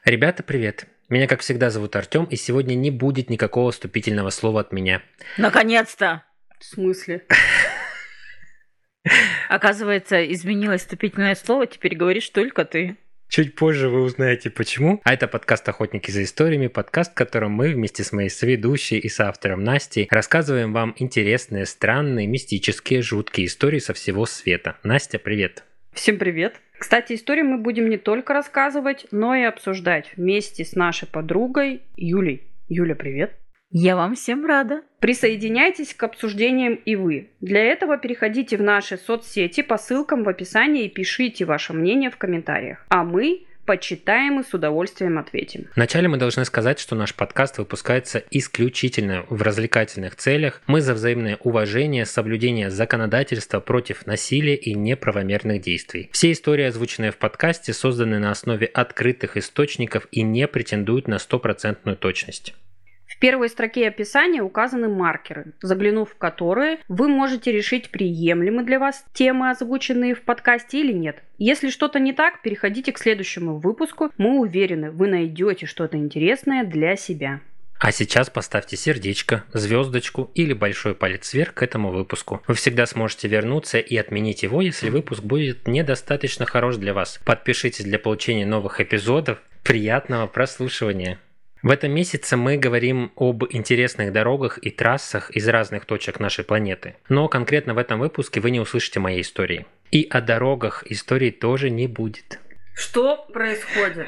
Ребята, привет! Меня, как всегда, зовут Артём, и сегодня не будет никакого вступительного слова от меня. Наконец-то! В смысле? Оказывается, изменилось вступительное слово, теперь говоришь только ты. Чуть позже вы узнаете почему. А это подкаст «Охотники за историями», подкаст, в котором мы вместе с моей соведущей и соавтором Настей рассказываем вам интересные, странные, мистические, жуткие истории со всего света. Настя, привет! Всем привет! Кстати, истории мы будем не только рассказывать, но и обсуждать вместе с нашей подругой Юлей. Юля, привет! Я вам всем рада. Присоединяйтесь к обсуждениям и вы. Для этого переходите в наши соцсети по ссылкам в описании и пишите ваше мнение в комментариях. А мы почитаем и с удовольствием ответим. Вначале мы должны сказать, что наш подкаст выпускается исключительно в развлекательных целях. Мы за взаимное уважение, соблюдение законодательства против насилия и неправомерных действий. Все истории, озвученные в подкасте, созданы на основе открытых источников и не претендуют на 100% точность. В первой строке описания указаны маркеры, заглянув в которые вы можете решить, приемлемы для вас темы, озвученные в подкасте или нет. Если что-то не так, переходите к следующему выпуску. Мы уверены, вы найдете что-то интересное для себя. А сейчас поставьте сердечко, звездочку или большой палец вверх к этому выпуску. Вы всегда сможете вернуться и отменить его, если выпуск будет недостаточно хорош для вас. Подпишитесь для получения новых эпизодов. Приятного прослушивания! В этом месяце мы говорим об интересных дорогах и трассах из разных точек нашей планеты. Но конкретно в этом выпуске вы не услышите моей истории. И о дорогах истории тоже не будет. Что происходит?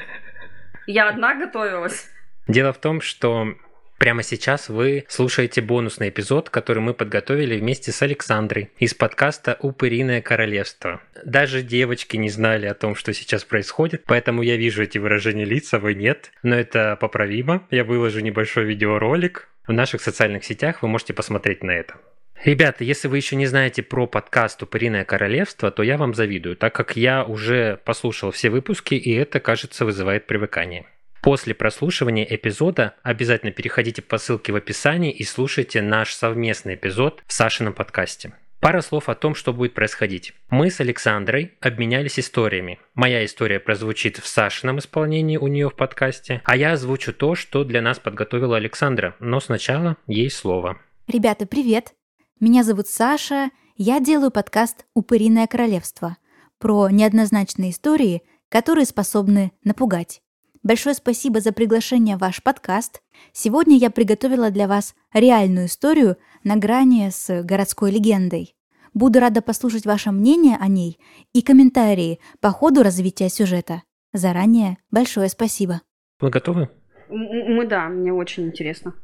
Я одна готовилась. Дело в том, что прямо сейчас вы слушаете бонусный эпизод, который мы подготовили вместе с Александрой из подкаста «Упыриное королевство». Даже девочки не знали о том, что сейчас происходит, поэтому я вижу эти выражения лиц, а вы нет. Но это поправимо. Я выложу небольшой видеоролик. В наших социальных сетях вы можете посмотреть на это. Ребята, если вы еще не знаете про подкаст «Упыриное королевство», то я вам завидую, так как я уже послушал все выпуски, и это, кажется, вызывает привыкание. После прослушивания эпизода обязательно переходите по ссылке в описании и слушайте наш совместный эпизод в Сашином подкасте. Пара слов о том, что будет происходить. Мы с Александрой обменялись историями. Моя история прозвучит в Сашином исполнении у нее в подкасте, а я озвучу то, что для нас подготовила Александра. Но сначала ей слово. Ребята, привет! Меня зовут Саша, я делаю подкаст «Упыриное королевство» про неоднозначные истории, которые способны напугать. Большое спасибо за приглашение в ваш подкаст. Сегодня я приготовила для вас реальную историю на грани с городской легендой. Буду рада послушать ваше мнение о ней и комментарии по ходу развития сюжета. Заранее большое спасибо. Вы готовы? Да, мне очень интересно.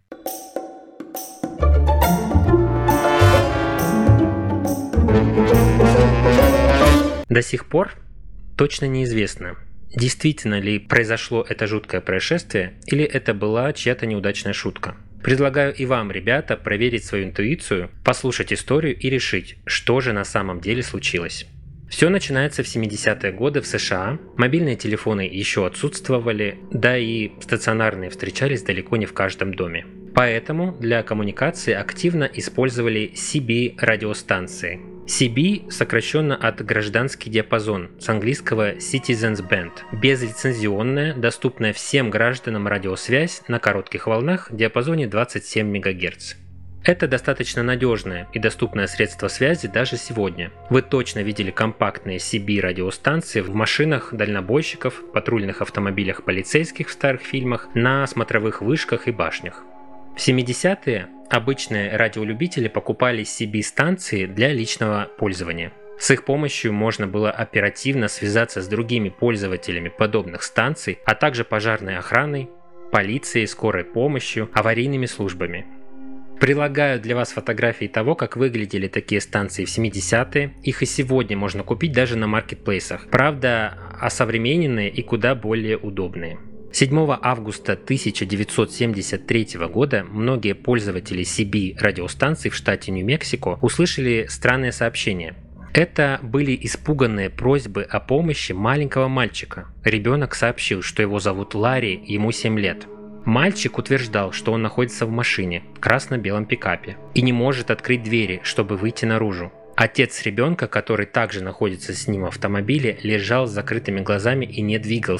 До сих пор точно неизвестно, действительно ли произошло это жуткое происшествие, или это была чья-то неудачная шутка. Предлагаю и вам, ребята, проверить свою интуицию, послушать историю и решить, что же на самом деле случилось. Все начинается в 70-е годы в США. Мобильные телефоны еще отсутствовали, да и стационарные встречались далеко не в каждом доме. Поэтому для коммуникации активно использовали CB-радиостанции. CB сокращенно от «гражданский диапазон», с английского Citizens Band. Безлицензионная, доступная всем гражданам радиосвязь на коротких волнах в диапазоне 27 МГц. Это достаточно надежное и доступное средство связи даже сегодня. Вы точно видели компактные CB-радиостанции в машинах дальнобойщиков, патрульных автомобилях полицейских в старых фильмах, на смотровых вышках и башнях. В 70-е обычные радиолюбители покупали CB-станции для личного пользования. С их помощью можно было оперативно связаться с другими пользователями подобных станций, а также пожарной охраной, полицией, скорой помощью, аварийными службами. Прилагаю для вас фотографии того, как выглядели такие станции в 70-е. Их и сегодня можно купить даже на маркетплейсах. Правда, осовремененные и куда более удобные. 7 августа 1973 года многие пользователи CB-радиостанций в штате Нью-Мексико услышали странное сообщение. Это были испуганные просьбы о помощи маленького мальчика. Ребенок сообщил, что его зовут Ларри, ему 7 лет. Мальчик утверждал, что он находится в машине, в красно-белом пикапе, и не может открыть двери, чтобы выйти наружу. Отец ребенка, который также находится с ним в автомобиле, лежал с закрытыми глазами и не двигался.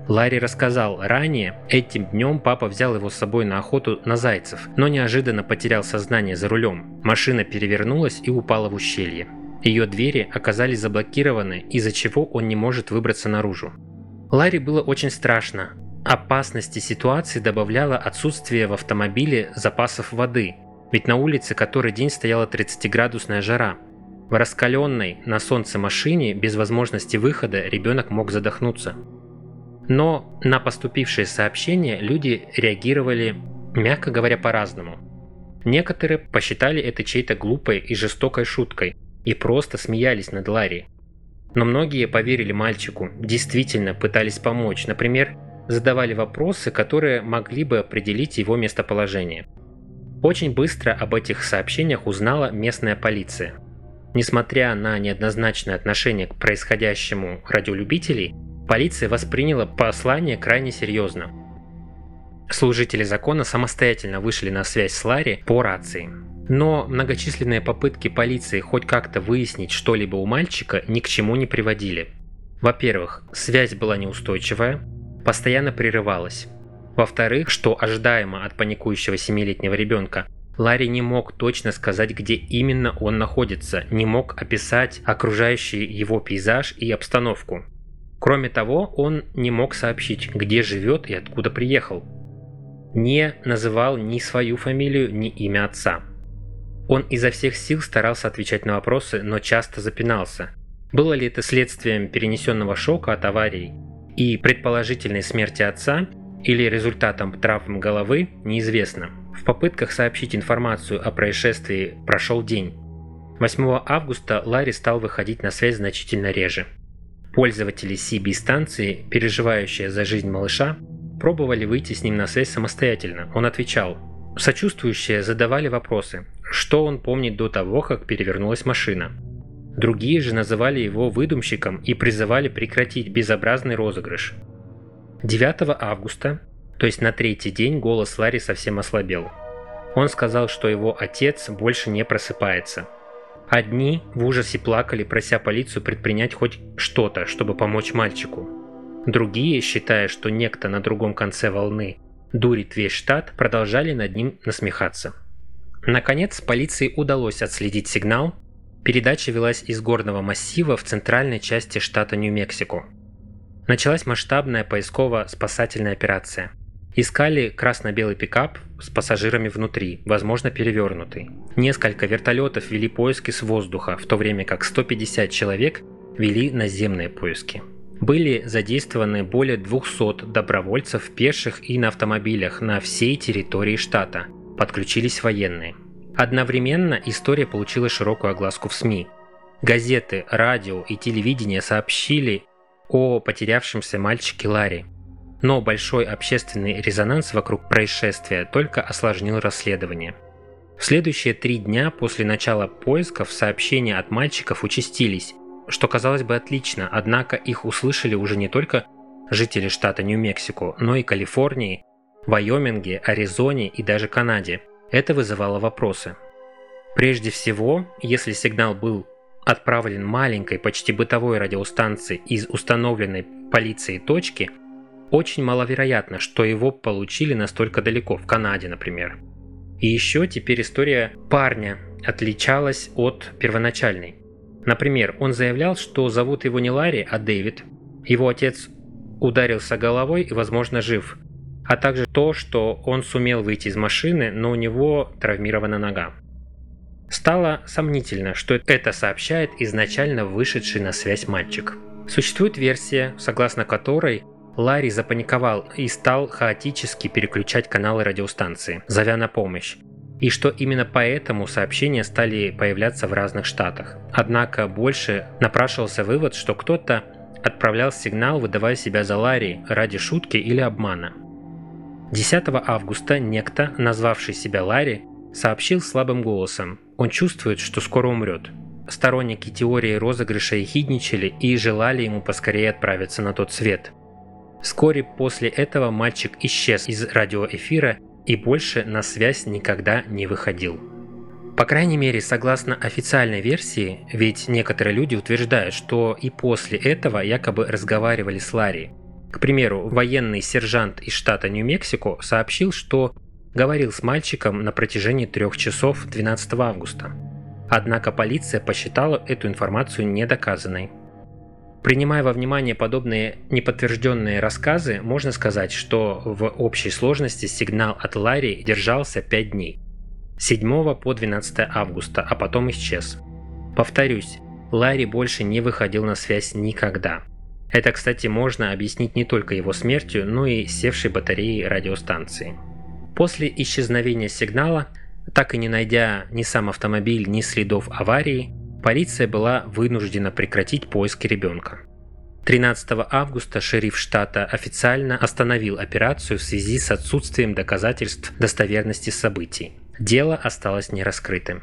Ларри рассказал, ранее этим днем папа взял его с собой на охоту на зайцев, но неожиданно потерял сознание за рулем. Машина перевернулась и упала в ущелье. Ее двери оказались заблокированы, из-за чего он не может выбраться наружу. Ларри было очень страшно. Опасности ситуации добавляло отсутствие в автомобиле запасов воды, ведь на улице который день стояла 30-градусная жара. В раскаленной на солнце машине без возможности выхода ребенок мог задохнуться. Но на поступившие сообщения люди реагировали, мягко говоря, по-разному. Некоторые посчитали это чьей-то глупой и жестокой шуткой и просто смеялись над Ларри. Но многие поверили мальчику, действительно пытались помочь, например, задавали вопросы, которые могли бы определить его местоположение. Очень быстро об этих сообщениях узнала местная полиция. Несмотря на неоднозначное отношение к происходящему радиолюбителей, полиция восприняла послание крайне серьезно. Служители закона самостоятельно вышли на связь с Ларри по рации. Но многочисленные попытки полиции хоть как-то выяснить что-либо у мальчика ни к чему не приводили. Во-первых, связь была неустойчивая, постоянно прерывалась. Во-вторых, что ожидаемо от паникующего 7-летнего ребенка, Ларри не мог точно сказать, где именно он находится, не мог описать окружающий его пейзаж и обстановку. Кроме того, он не мог сообщить, где живет и откуда приехал. Не называл ни свою фамилию, ни имя отца. Он изо всех сил старался отвечать на вопросы, но часто запинался. Было ли это следствием перенесенного шока от аварии и предположительной смерти отца, или результатом травм головы, неизвестно. В попытках сообщить информацию о происшествии прошел день. 8 августа Ларри стал выходить на связь значительно реже. Пользователи CB-станции, переживающие за жизнь малыша, пробовали выйти с ним на связь самостоятельно. Он отвечал. Сочувствующие задавали вопросы, что он помнит до того, как перевернулась машина. Другие же называли его выдумщиком и призывали прекратить безобразный розыгрыш. 9 августа, то есть на третий день, голос Ларри совсем ослабел. Он сказал, что его отец больше не просыпается. Одни в ужасе плакали, прося полицию предпринять хоть что-то, чтобы помочь мальчику. Другие, считая, что некто на другом конце волны дурит весь штат, продолжали над ним насмехаться. Наконец, полиции удалось отследить сигнал. Передача велась из горного массива в центральной части штата Нью-Мексико. Началась масштабная поисково-спасательная операция. Искали красно-белый пикап с пассажирами внутри, возможно перевернутый. Несколько вертолетов вели поиски с воздуха, в то время как 150 человек вели наземные поиски. Были задействованы более 200 добровольцев пеших и на автомобилях на всей территории штата. Подключились военные. Одновременно история получила широкую огласку в СМИ. Газеты, радио и телевидение сообщили о потерявшемся мальчике Ларри. Но большой общественный резонанс вокруг происшествия только осложнил расследование. В следующие 3 дня после начала поисков сообщения от мальчиков участились, что казалось бы отлично, однако их услышали уже не только жители штата Нью-Мексико, но и Калифорнии, Вайоминге, Аризоне и даже Канаде. Это вызывало вопросы. Прежде всего, если сигнал был отправлен маленькой, почти бытовой радиостанции из установленной полицией точки, очень маловероятно, что его получили настолько далеко, в Канаде, например. И еще теперь история парня отличалась от первоначальной. Например, он заявлял, что зовут его не Ларри, а Дэвид. Его отец ударился головой и, возможно, жив. А также то, что он сумел выйти из машины, но у него травмирована нога. Стало сомнительно, что это сообщает изначально вышедший на связь мальчик. Существует версия, согласно которой Ларри запаниковал и стал хаотически переключать каналы радиостанции, зовя на помощь, и что именно поэтому сообщения стали появляться в разных штатах. Однако больше напрашивался вывод, что кто-то отправлял сигнал, выдавая себя за Ларри ради шутки или обмана. 10 августа некто, назвавший себя Ларри, сообщил слабым голосом: он чувствует, что скоро умрет. Сторонники теории розыгрыша ехидничали и желали ему поскорее отправиться на тот свет. Вскоре после этого мальчик исчез из радиоэфира и больше на связь никогда не выходил. По крайней мере, согласно официальной версии, ведь некоторые люди утверждают, что и после этого якобы разговаривали с Ларри. К примеру, военный сержант из штата Нью-Мексико сообщил, что говорил с мальчиком на протяжении 3 часов 12 августа. Однако полиция посчитала эту информацию недоказанной. Принимая во внимание подобные неподтвержденные рассказы, можно сказать, что в общей сложности сигнал от Ларри держался 5 дней. С 7 по 12 августа, а потом исчез. Повторюсь, Ларри больше не выходил на связь никогда. Это, кстати, можно объяснить не только его смертью, но и севшей батареей радиостанции. После исчезновения сигнала, так и не найдя ни сам автомобиль, ни следов аварии, полиция была вынуждена прекратить поиски ребенка. 13 августа шериф штата официально остановил операцию в связи с отсутствием доказательств достоверности событий. Дело осталось нераскрытым.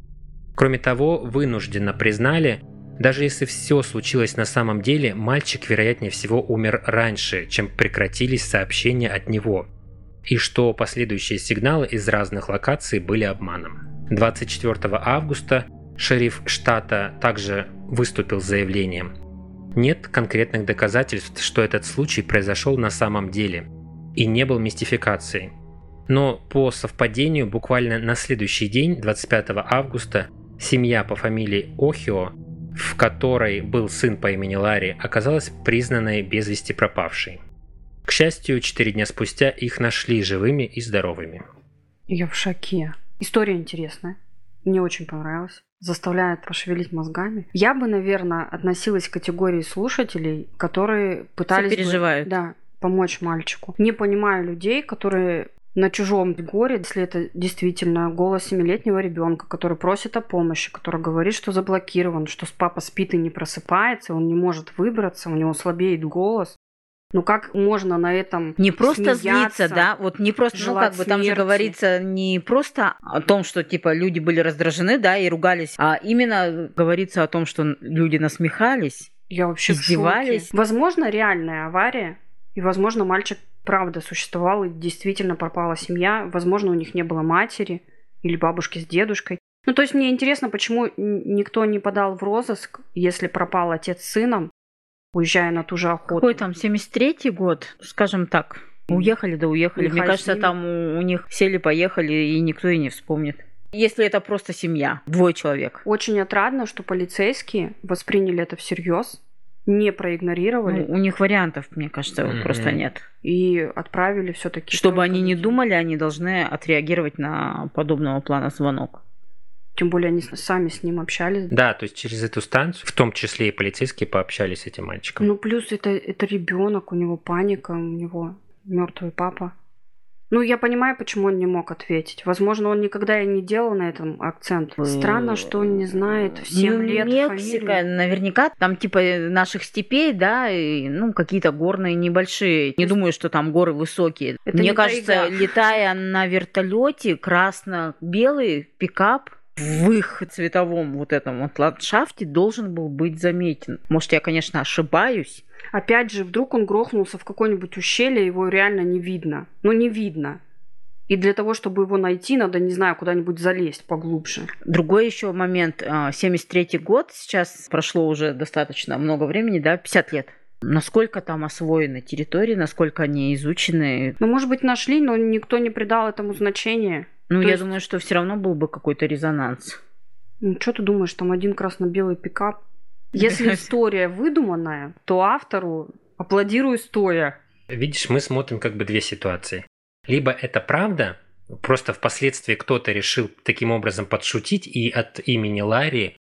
Кроме того, вынужденно признали, даже если все случилось на самом деле, мальчик, вероятнее всего, умер раньше, чем прекратились сообщения от него, и что последующие сигналы из разных локаций были обманом. 24 августа шериф штата также выступил с заявлением: «Нет конкретных доказательств, что этот случай произошел на самом деле и не был мистификацией. Но по совпадению буквально на следующий день, 25 августа, семья по фамилии Охио, в которой был сын по имени Ларри, оказалась признанной без вести пропавшей. К счастью, 4 дня спустя их нашли живыми и здоровыми». Я в шоке. История интересная. Мне очень понравилась. Заставляет пошевелить мозгами. Я бы, наверное, относилась к категории слушателей, которые пытались переживают. Помочь мальчику. Не понимаю людей, которые на чужом горе, если это действительно голос 7-летнего ребенка, который просит о помощи, который говорит, что заблокирован, что папа спит и не просыпается, он не может выбраться, у него слабеет голос. Ну как можно на этом не просто смеяться, злиться, да, вот не просто, там же говорится не просто о том, что типа люди были раздражены, да, и ругались, а именно говорится о том, что люди насмехались, я вообще издевались. В шоке. Возможно, реальная авария, и, возможно, мальчик правда существовал, и действительно пропала семья, возможно, у них не было матери или бабушки с дедушкой. Ну, то есть мне интересно, почему никто не подал в розыск, если пропал отец с сыном, уезжая на ту же охоту. Какой там, 73-й год, скажем так. Уехали, да уехали. Мне кажется, там у них сели-поехали, и никто и не вспомнит. Если это просто семья, 2 человек. Очень отрадно, что полицейские восприняли это всерьез, не проигнорировали. У них вариантов, мне кажется, просто нет. И отправили все-таки. Чтобы они не думали, они должны отреагировать на подобного плана звонок. Тем более они сами с ним общались. Да, то есть через эту станцию, в том числе и полицейские, пообщались с этим мальчиком. Ну плюс это ребенок, у него паника, у него мертвый папа. Ну, я понимаю, почему он не мог ответить. Возможно, он никогда и не делал на этом акцент. Странно, что он не знает в 7 лет Мексика, фамилию. наверняка, там типа наших степей, да, и, какие-то горные небольшие. Не думаю, что там горы высокие. Это Мне не кажется, тайга. летая на вертолете, красно-белый пикап в их цветовом вот этом вот ландшафте должен был быть заметен. Может, я, конечно, ошибаюсь. Опять же, вдруг он грохнулся в какое-нибудь ущелье, его реально не видно. Ну, не видно. И для того, чтобы его найти, надо, не знаю, куда-нибудь залезть поглубже. Другой еще момент. 73-й год, сейчас прошло уже достаточно много времени, да, 50 лет. Насколько там освоены территории, насколько они изучены? Ну, может быть, нашли, но никто не придал этому значения. Я думаю, что все равно был бы какой-то резонанс. Ну, что ты думаешь, там один красно-белый пикап? Если история выдуманная, то автору аплодирую стоя. Видишь, мы смотрим как бы 2 ситуации. Либо это правда, просто впоследствии кто-то решил таким образом подшутить и от имени Ларри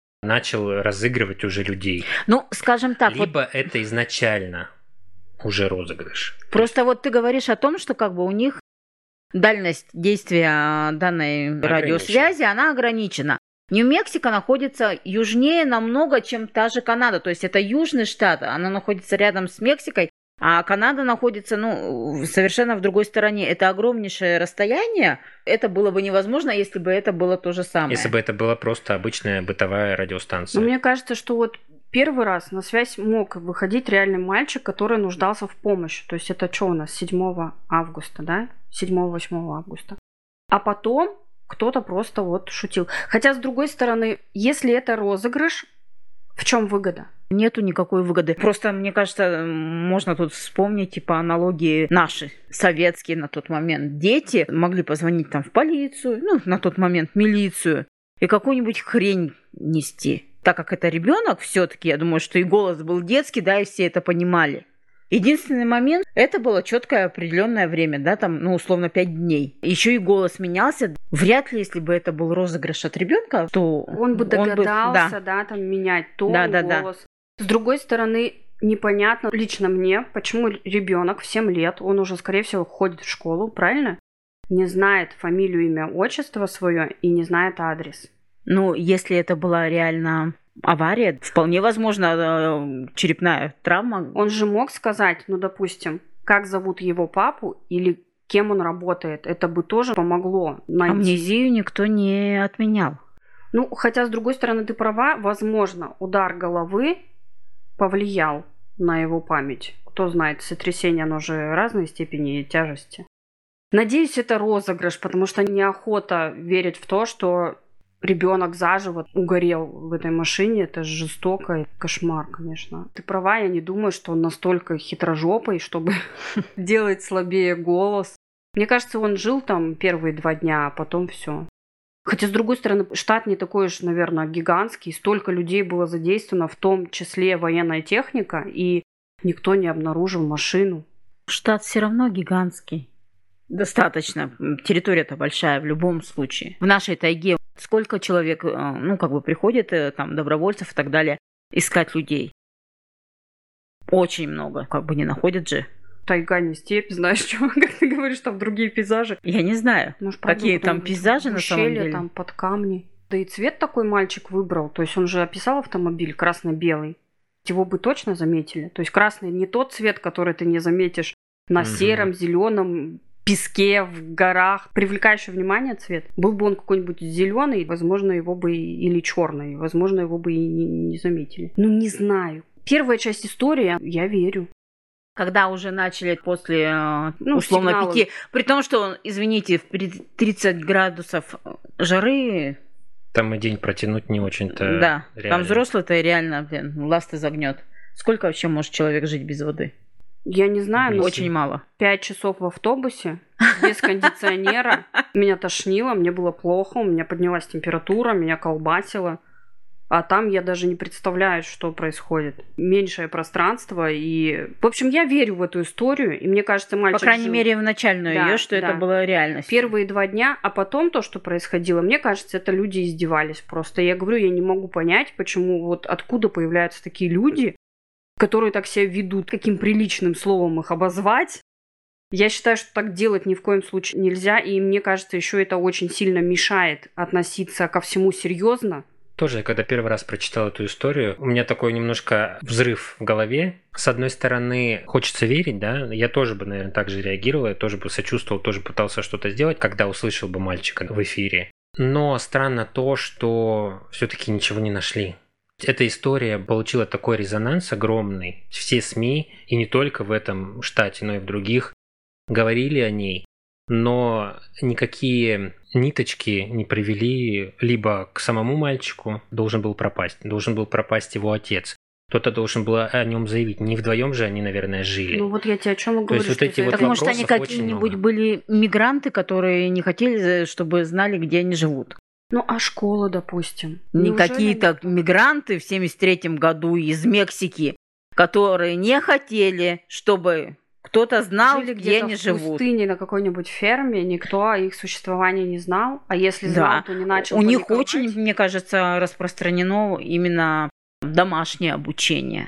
начал разыгрывать уже людей. Ну, скажем так. Либо это изначально уже розыгрыш. Просто вот ты говоришь о том, что как бы у них дальность действия данной радиосвязи, она ограничена. Нью-Мексико находится южнее намного, чем та же Канада. То есть это южный штат, она находится рядом с Мексикой, а Канада находится, совершенно в другой стороне. Это огромнейшее расстояние. Это было бы невозможно, если бы это было то же самое. Если бы это была просто обычная бытовая радиостанция. Но мне кажется, что вот первый раз на связь мог выходить реальный мальчик, который нуждался в помощи. То есть это что у нас, 7 августа, да? 7-8 августа. А потом кто-то просто вот шутил. Хотя, с другой стороны, если это розыгрыш, в чем выгода? Нету никакой выгоды. Просто, мне кажется, можно тут вспомнить, типа, аналогии наши, советские на тот момент. Дети могли позвонить там в полицию, ну, на тот момент милицию, и какую-нибудь хрень нести. Так как это ребенок, все-таки, я думаю, что и голос был детский, да, и все это понимали. Единственный момент, это было четкое определенное время, да, там, ну, условно, 5 дней. Еще и голос менялся. Вряд ли, если бы это был розыгрыш от ребенка, то он бы догадался, да, там, менять тон, голос. С другой стороны, непонятно лично мне, почему ребенок в 7 лет, он уже, скорее всего, ходит в школу, правильно? Не знает фамилию, имя, отчество свое и не знает адрес. Ну, если это была реально авария, вполне возможно, черепная травма. Он же мог сказать, ну, допустим, как зовут его папу или кем он работает. Это бы тоже помогло найти. Амнезию никто не отменял. Ну, хотя, с другой стороны, ты права, возможно, удар головы повлиял на его память. Кто знает, сотрясение, оно же разной степени тяжести. Надеюсь, это розыгрыш, потому что неохота верить в то, что ребенок заживо угорел в этой машине. Это жестоко и кошмар, конечно. Ты права, я не думаю, что он настолько хитрожопый, чтобы делать слабее голос. Мне кажется, он жил там первые 2 дня, а потом все. Хотя, с другой стороны, штат не такой уж, наверное, гигантский. Столько людей было задействовано, в том числе военная техника, и никто не обнаружил машину. Штат все равно гигантский. Достаточно. Территория-то большая в любом случае. В нашей тайге сколько человек, ну, как бы приходит, там, добровольцев и так далее, искать людей? Очень много. Как бы не находят же. Тайга, не степь, знаешь, что, как ты говоришь, там другие пейзажи. Я не знаю, может, какие там пейзажи на самом деле. Там под камни. Да и цвет такой мальчик выбрал. То есть он же описал автомобиль красно-белый. Его бы точно заметили. То есть красный не тот цвет, который ты не заметишь на сером, зеленом песке, в горах. Привлекающий внимание цвет. Был бы он какой-нибудь зеленый, возможно, его бы или черный, возможно, его бы и не заметили. Ну, не знаю. Первая часть истории, я верю. Когда уже начали после, условно, 5, при том, что, извините, в 30 градусов жары... Там и день протянуть не очень-то Да, реально. Там взрослый-то реально, ласты загнет. Сколько вообще может человек жить без воды? Я не знаю, но очень мало. 5 часов в автобусе, без кондиционера. Меня тошнило, мне было плохо, у меня поднялась температура, меня колбасило. А там я даже не представляю, что происходит. Меньшее пространство. И, в общем, я верю в эту историю. И мне кажется, мальчик по крайней жил... мере, в начальную ее, что это было реальность. Первые 2 дня, а потом то, что происходило, мне кажется, это люди издевались просто. Я говорю, я не могу понять, почему вот откуда появляются такие люди, которые так себя ведут, каким приличным словом их обозвать. Я считаю, что так делать ни в коем случае нельзя. И мне кажется, еще это очень сильно мешает относиться ко всему серьезно. Тоже, когда первый раз прочитал эту историю, у меня такой немножко взрыв в голове. С одной стороны, хочется верить, да, я тоже бы, наверное, так же реагировал, я тоже бы сочувствовал, тоже пытался что-то сделать, когда услышал бы мальчика в эфире. Но странно то, что все-таки ничего не нашли. Эта история получила такой резонанс огромный. Все СМИ, и не только в этом штате, но и в других, говорили о ней. Но никакие ниточки не привели либо к самому мальчику, должен был пропасть его отец. Кто-то должен был о нем заявить. Не вдвоем же они, наверное, жили. Ну вот я тебе о чем говорю. Вот эти вот так может, они какие-нибудь были мигранты, которые не хотели, чтобы знали, где они живут. Ну, а школа, допустим? Не какие-то мигранты в 73-м году из Мексики, которые не хотели, чтобы... Кто-то знал, жили где они живут. В пустыне на какой-нибудь ферме, никто о их существовании не знал. А если знал, то не начал. У них очень, мне кажется, распространено именно домашнее обучение.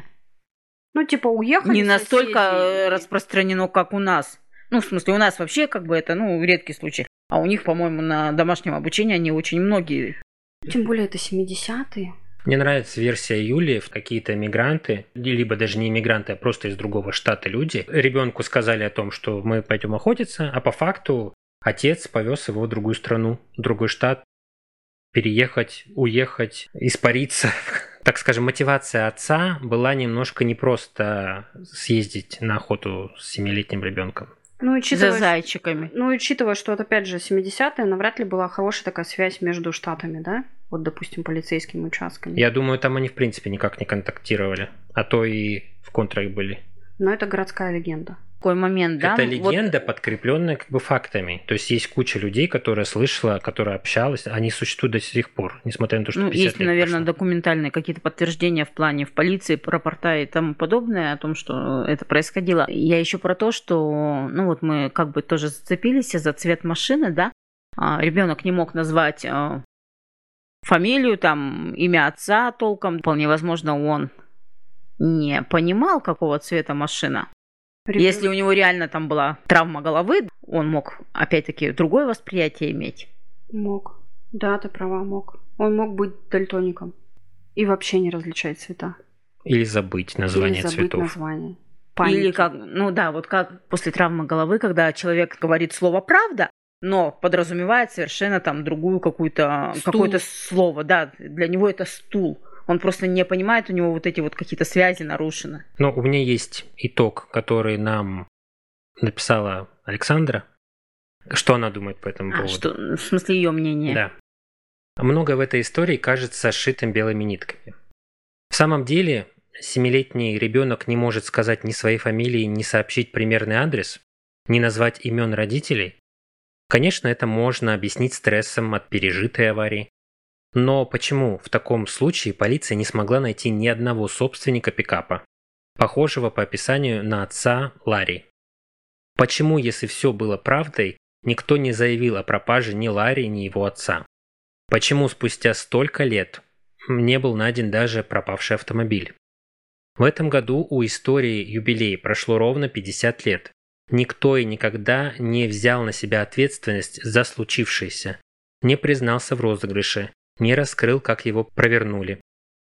Ну, типа, уехали. Не настолько распространено, как у нас. Ну, в смысле, у нас вообще как бы это, редкий случай. А у них, по-моему, на домашнем обучении они очень многие. Тем более это 70-е. Мне нравится версия Юлии, какие-то мигранты, либо даже не мигранты, а просто из другого штата люди. Ребенку сказали о том, что мы пойдем охотиться, а по факту отец повез его в другую страну, в другой штат, переехать, уехать, испариться. Так скажем, мотивация отца была немножко не просто съездить на охоту с 7-летним ребенком. За зайчиками. Учитывая, что, опять же, 70-е, навряд ли была хорошая такая связь между штатами, да? вот, допустим, полицейскими участками. Я думаю, там они в принципе никак не контактировали, а то и в контрах были. Но это городская легенда. Такой момент, да? Это легенда, подкрепленная как бы фактами. То есть есть куча людей, которые слышала, которая общалась, они существуют до сих пор, несмотря на то, что 50 есть, лет наверное, прошло. документальные какие-то подтверждения в плане в полиции, рапорта и тому подобное о том, что это происходило. Я еще про то, что, ну вот мы как бы тоже зацепились за цвет машины, да? Ребенок не мог назвать фамилию, там, имя отца толком. Вполне возможно, он не понимал, какого цвета машина. Если у него реально там была травма головы, он мог, опять-таки, другое восприятие иметь. Мог. Да, ты права, мог. Он мог быть дальтоником и вообще не различать цвета. Или забыть название Или забыть цветов. название. Или как, ну да, вот как после травмы головы, когда человек говорит слово «правда», но подразумевает совершенно там другую какое-то слово. Да, для него это стул. Он просто не понимает, у него вот эти вот какие-то связи нарушены. Но у меня есть итог, который нам написала Александра. Что она думает по этому поводу? Что, в смысле ее мнение? Да. Многое в этой истории кажется сшитым белыми нитками. В самом деле, 7-летний ребенок не может сказать ни своей фамилии, ни сообщить примерный адрес, ни назвать имен родителей. Конечно, это можно объяснить стрессом от пережитой аварии. Но почему в таком случае полиция не смогла найти ни одного собственника пикапа, похожего по описанию на отца Ларри? Почему, если все было правдой, никто не заявил о пропаже ни Ларри, ни его отца? Почему спустя столько лет не был найден даже пропавший автомобиль? В этом году у истории юбилей прошло ровно 50 лет. Никто и никогда не взял на себя ответственность за случившееся, не признался в розыгрыше, не раскрыл, как его провернули.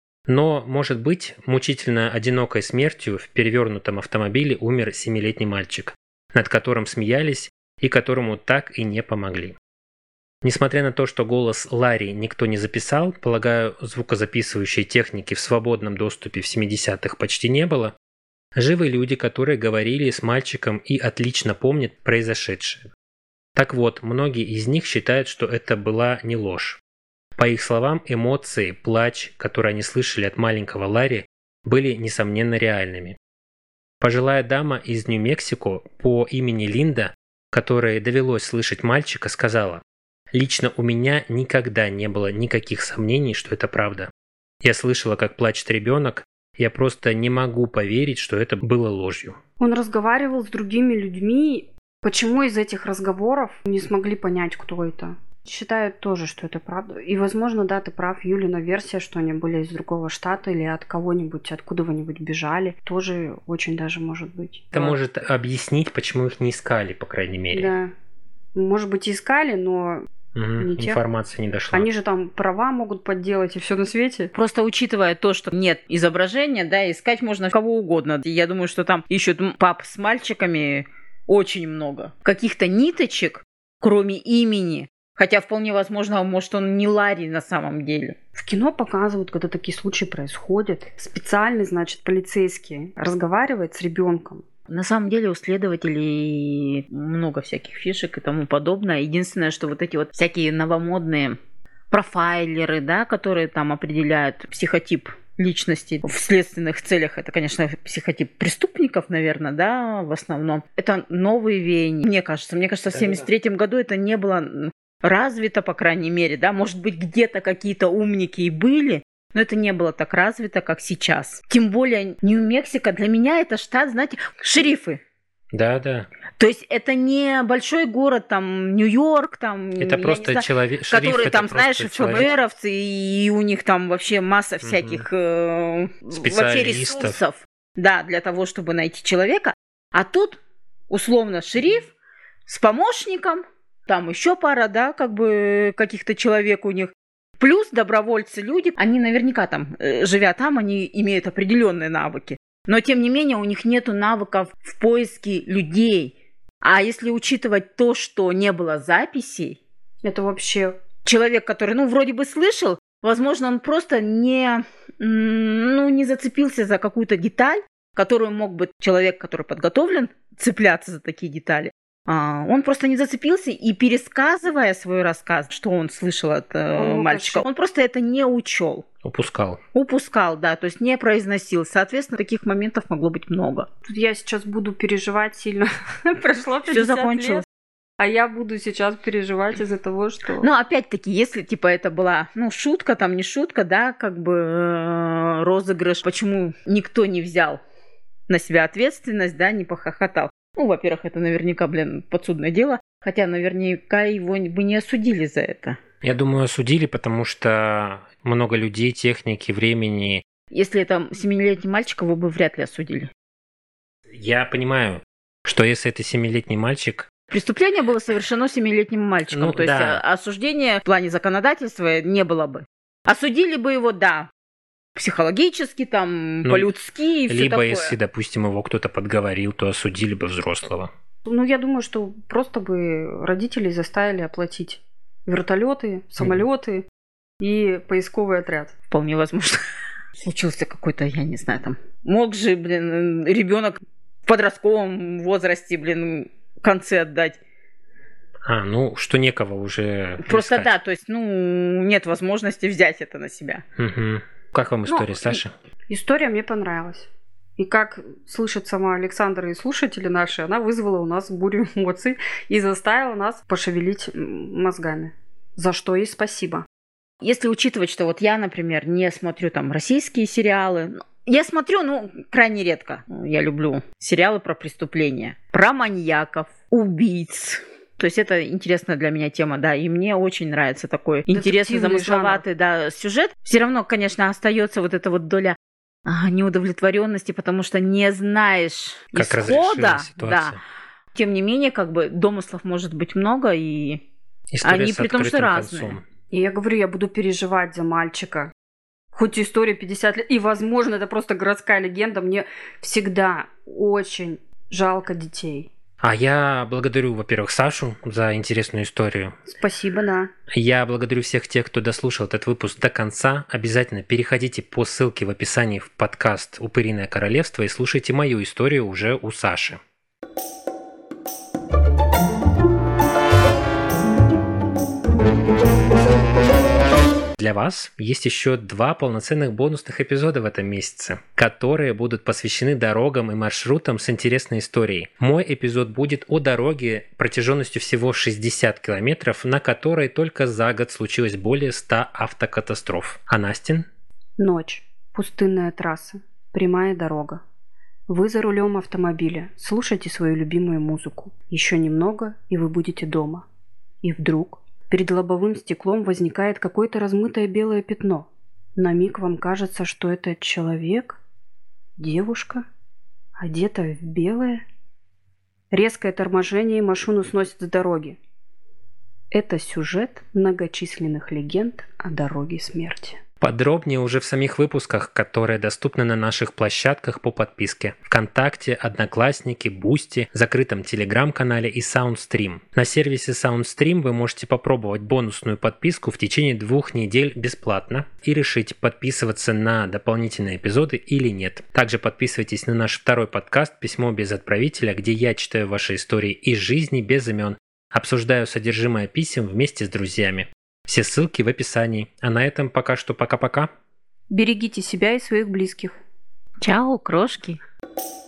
Но, может быть, мучительно одинокой смертью в перевернутом автомобиле умер 7-летний мальчик, над которым смеялись и которому так и не помогли. Несмотря на то, что голос Ларри никто не записал, полагаю, звукозаписывающей техники в свободном доступе в 70-х почти не было, живы люди, которые говорили с мальчиком и отлично помнят произошедшее. Так вот, многие из них считают, что это была не ложь. По их словам, эмоции, плач, которые они слышали от маленького Ларри, были, несомненно, реальными. Пожилая дама из Нью-Мексико по имени Линда, которой довелось слышать мальчика, сказала: «Лично у меня никогда не было никаких сомнений, что это правда. Я слышала, как плачет ребенок, я просто не могу поверить, что это было ложью». Он разговаривал с другими людьми. Почему из этих разговоров не смогли понять, кто это? Считают тоже, что это правда. И, возможно, да, ты прав, Юлина версия, что они были из другого штата или от кого-нибудь, откуда-нибудь бежали, тоже очень даже может быть. Это может объяснить, почему их не искали, по крайней мере. Да. Может быть, искали, но не тех. Информация не дошла. Они же там права могут подделать и все на свете. Просто учитывая то, что нет изображения, да, искать можно кого угодно. Я думаю, что там ищут пап с мальчиками очень много. Каких-то ниточек, кроме имени. Хотя вполне возможно, может, он не Ларри на самом деле. В кино показывают, когда такие случаи происходят. Специальный, значит, полицейский разговаривает с ребенком. На самом деле у следователей много всяких фишек и тому подобное. Единственное, что вот эти вот всякие новомодные профайлеры, да, которые там определяют психотип личности в следственных целях, это, конечно, психотип преступников, наверное, да, в основном. Это новые веяния, мне кажется. Мне кажется, в 1973 году это не было развито, по крайней мере, да, может быть, где-то какие-то умники и были, но это не было так развито, как сейчас. Тем более Нью-Мексико для меня это штат, знаете, шерифы. Да. То есть это не большой город, там, Нью-Йорк, там, это просто человек, которые там, знаешь, ФБРовцы, и у них там вообще масса всяких вообще ресурсов, да, для того, чтобы найти человека. А тут, условно, шериф с помощником, там еще пара, да, как бы каких-то человек у них. Плюс добровольцы, люди, они наверняка там, живя там, они имеют определенные навыки. Но, тем не менее, у них нет навыков в поиске людей. А если учитывать то, что не было записей... Это вообще... Человек, который, вроде бы слышал, возможно, он просто не зацепился за какую-то деталь, которую мог бы человек, который подготовлен, цепляться за такие детали. Он просто не зацепился, и пересказывая свой рассказ, что он слышал от мальчика, он просто это не учел. Упускал, да, то есть не произносил. Соответственно, таких моментов могло быть много. Я сейчас буду переживать сильно. Прошло 50 Всё закончилось. лет, а я буду сейчас переживать из-за того, что... Ну, опять-таки, если, типа, это была, шутка, там, не шутка, да, как бы розыгрыш, почему никто не взял на себя ответственность, да, не похохотал. Во-первых, это наверняка, подсудное дело, хотя наверняка его бы не осудили за это. Я думаю, осудили, потому что много людей, техники, времени. Если это 7-летний мальчик, его бы вряд ли осудили. Я понимаю, что если это 7-летний мальчик... Преступление было совершено 7-летним мальчиком, то есть осуждения в плане законодательства не было бы. Осудили бы его, да, психологически, там, по-людски и все либо такое. Если, допустим, его кто-то подговорил, то осудили бы взрослого. Я думаю, что просто бы родителей заставили оплатить вертолеты, самолеты и поисковый отряд. Вполне возможно. Случился какой-то, я не знаю, там. Мог же, ребенок в подростковом возрасте, концы отдать. Что некого уже просто искать. Да, то есть, нет возможности взять это на себя. Угу. Как вам история, Саша? История мне понравилась. И как слышит сама Александра и слушатели наши, она вызвала у нас бурю эмоций и заставила нас пошевелить мозгами. За что ей спасибо. Если учитывать, что вот я, например, не смотрю там российские сериалы, я смотрю, крайне редко. Я люблю сериалы про преступления, про маньяков, убийц. То есть это интересная для меня тема, да, и мне очень нравится такой интересный, замысловатый, да, сюжет. Все равно, конечно, остается вот эта вот доля неудовлетворенности, как что не знаешь как исхода, да. Тем не менее, домыслов может быть много, и история они при том, что разные. Концом. И я говорю, я буду переживать за мальчика. Хоть история 50 лет, и, возможно, это просто городская легенда, мне всегда очень жалко детей. А я благодарю, во-первых, Сашу за интересную историю. Спасибо, да. Я благодарю всех тех, кто дослушал этот выпуск до конца. Обязательно переходите по ссылке в описании в подкаст «Упыриное королевство» и слушайте мою историю уже у Саши. Для вас есть еще 2 полноценных бонусных эпизода в этом месяце, которые будут посвящены дорогам и маршрутам с интересной историей. Мой эпизод будет о дороге протяженностью всего 60 километров, на которой только за год случилось более 100 автокатастроф. А Настин? Ночь. Пустынная трасса. Прямая дорога. Вы за рулем автомобиля. Слушайте свою любимую музыку. Еще немного, и вы будете дома. И вдруг... перед лобовым стеклом возникает какое-то размытое белое пятно. На миг вам кажется, что это человек, девушка, одета в белое. Резкое торможение, и машину сносит с дороги. Это сюжет многочисленных легенд о дороге смерти. Подробнее уже в самих выпусках, которые доступны на наших площадках по подписке. ВКонтакте, Одноклассники, Бусти, закрытом Телеграм-канале и Soundstream. На сервисе Soundstream вы можете попробовать бонусную подписку в течение 2 недель бесплатно и решить, подписываться на дополнительные эпизоды или нет. Также подписывайтесь на наш второй подкаст «Письмо без отправителя», где я читаю ваши истории из жизни без имен, обсуждаю содержимое писем вместе с друзьями. Все ссылки в описании. А на этом пока что пока-пока. Берегите себя и своих близких. Чао, крошки.